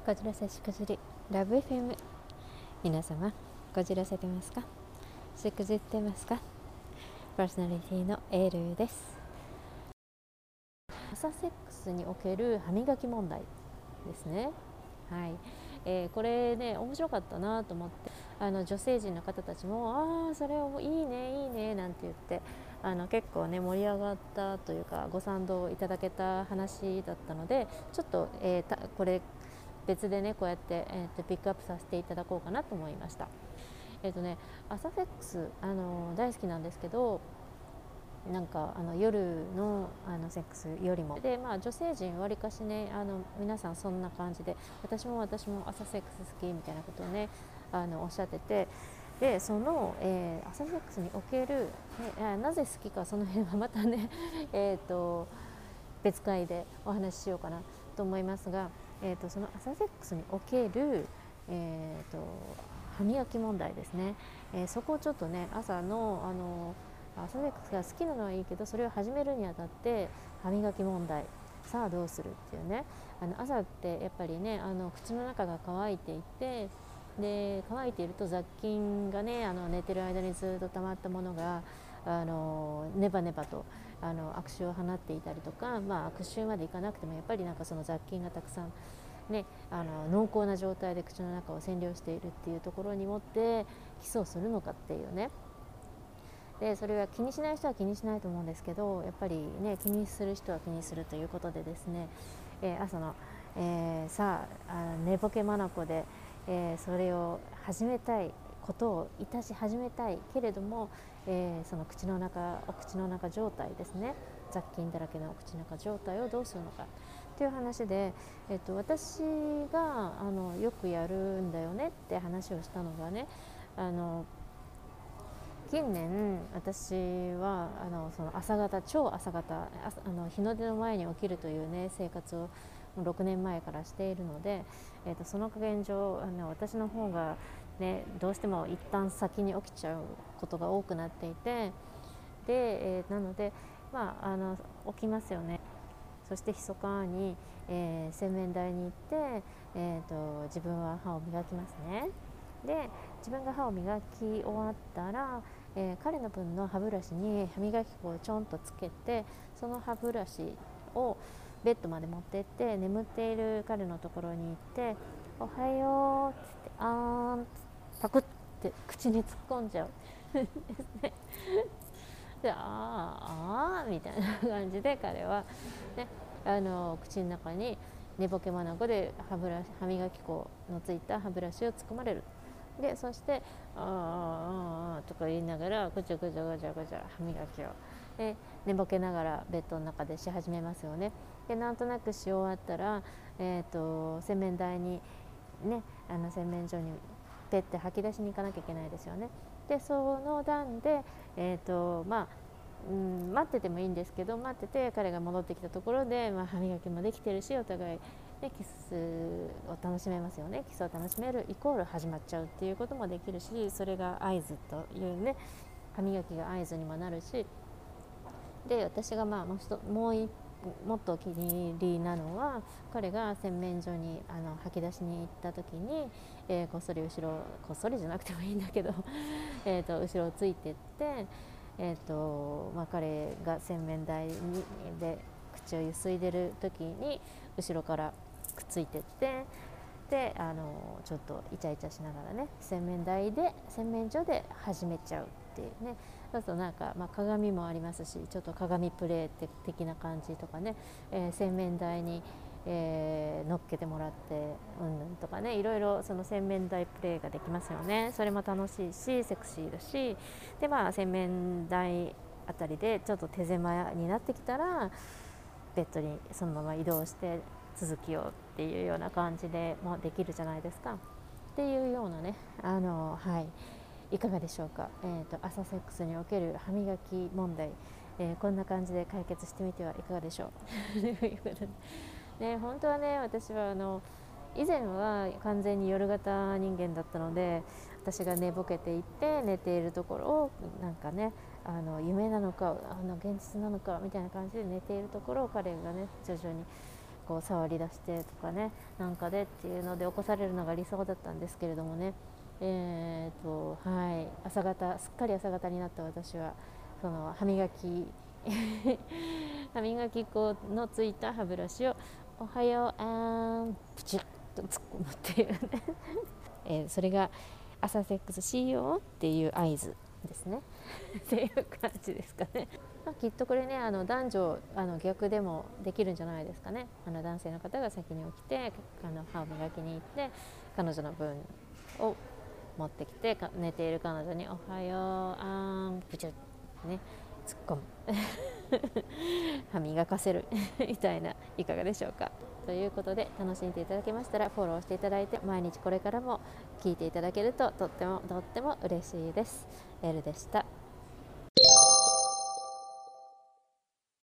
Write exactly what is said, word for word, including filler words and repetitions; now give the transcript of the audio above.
こじらせしくじりラブ エフエム、 皆様こじらせてますか？しくじってますか？パーソナリティのエールです。朝セックスにおける歯磨き問題ですね。はい、えー、これね面白かったなと思って、あの女性陣の方たちもああそれをいいねいいねなんて言ってあの結構ね盛り上がったというかご賛同いただけた話だったので、ちょっと、えー、たこれ別でねこうやって、えー、とピックアップさせていただこうかなと思いました。えっ、ー、とね朝セックスあの大好きなんですけど、なんかあの夜 の, あのセックスよりもで、まあ、女性陣わりかしねあの皆さんそんな感じで、私も私も朝セックス好きみたいなことをねあのおっしゃってて、でその、えー、朝セックスにおける、ね、なぜ好きかその辺はまたねえと別回でお話ししようかなと思いますが、えー、とその朝セックスにおける、えー、と歯磨き問題ですね、えー、そこをちょっとね朝のあの朝セックスが好きなのはいいけど、それを始めるにあたって歯磨き問題、さあどうするっていうね、あの朝ってやっぱりねあの口の中が乾いていて、で乾いていると雑菌がねあの寝てる間にずっと溜まったものがあのネバネバとあの悪臭を放っていたりとか、まあ、悪臭までいかなくてもやっぱりなんかその雑菌がたくさん、ね、あの濃厚な状態で口の中を占領しているっていうところに持ってキスをするのかっていうね。でそれは気にしない人は気にしないと思うんですけど、やっぱりね気にする人は気にするということでですね、えー、朝の、えー、さあ、あ寝ぼけまなこで、えー、それを始めたいことをいたし始めたいけれども、えー、その口の中お口の中状態ですね、雑菌だらけのお口の中状態をどうするのかという話で、えー、と私があのよくやるんだよねって話をしたのがね、あの近年私はあのその朝方超朝方あの日の出の前に起きるという、ね、生活をろくねんまえからしているので、えー、とその加減上あの私の方が、ね、どうしても一旦先に起きちゃうことが多くなっていて、で、えー、なので、まあ、あの起きますよね。そして密かに、えー、洗面台に行って、えー、と自分は歯を磨きますね。で自分が歯を磨き終わったら、えー、彼の分の歯ブラシに歯磨き粉をちょんとつけて、その歯ブラシをベッドまで持ってって眠っている彼のところに行って「おはよう」っつって「あーん」っつってパクって口に突っ込んじゃうですね。であーあーみたいな感じで彼は、ね、あの口の中に寝ぼけまなこで歯ブラシ歯磨き粉のついた歯ブラシを突っ込まれる。でそして「あーあーあー」とか言いながらぐちゃぐちゃぐちゃぐちゃ歯磨きをで寝ぼけながらベッドの中でし始めますよね。でなんとなくし終わったら、えー、と洗面台にねあの洗面所にペッて吐き出しに行かなきゃいけないですよね。でその段で、えーとまあうん、待っててもいいんですけど、待ってて彼が戻ってきたところで、まあ、歯磨きもできてるしお互い、ね、キスを楽しめますよね。キスを楽しめるイコール始まっちゃうっていうこともできるし、それが合図というね歯磨きが合図にもなるし、で私がまあもうもう一もっとお気に入りなのは、彼が洗面所にあの吐き出しに行った時に、えー、こっそり後ろこっそりじゃなくてもいいんだけどえと後ろをついてって、えーとまあ、彼が洗面台にで口をゆすいでる時に後ろからくっついてって、であのちょっとイチャイチャしながらね洗面台で洗面所で始めちゃうっていうね。そうするとなんか、まあ、鏡もありますし、ちょっと鏡プレー的な感じとかね、えー、洗面台に、えー、乗っけてもらってうんぬんとかね、いろいろその洗面台プレーができますよね。それも楽しいしセクシーだし、でまあ洗面台あたりでちょっと手狭になってきたらベッドにそのまま移動して続きをっていうような感じでもできるじゃないですかっていうようなね、あのはいいかがでしょうか。えーと、朝セックスにおける歯磨き問題、えー、こんな感じで解決してみてはいかがでしょうということで、ね、本当はね私はあの以前は完全に夜型人間だったので、私が寝ぼけていって寝ているところをなんかねあの夢なのかあの現実なのかみたいな感じで寝ているところを彼がね徐々にこう触り出してとかね、なんかでっていうので起こされるのが理想だったんですけれどもね、えーとはい、朝方すっかり朝方になった私はその歯磨き歯磨き粉のついた歯ブラシをおはようあーんプチッと突っ込むっていうねえー、それが朝セックスしようっていう合図ですねっていう感じですかね。まあ、きっとこれね、あの男女あの逆でもできるんじゃないですかね。あの男性の方が先に起きてあの歯を磨きに行って彼女の分を持ってきて、寝ている彼女におはようあーんプチュッね突っ込む歯磨かせるみたいな、いかがでしょうか。ということで、楽しんでいただけましたらフォローしていただいて、毎日これからも聞いていただけるととってもとっても嬉しいです。エルでした。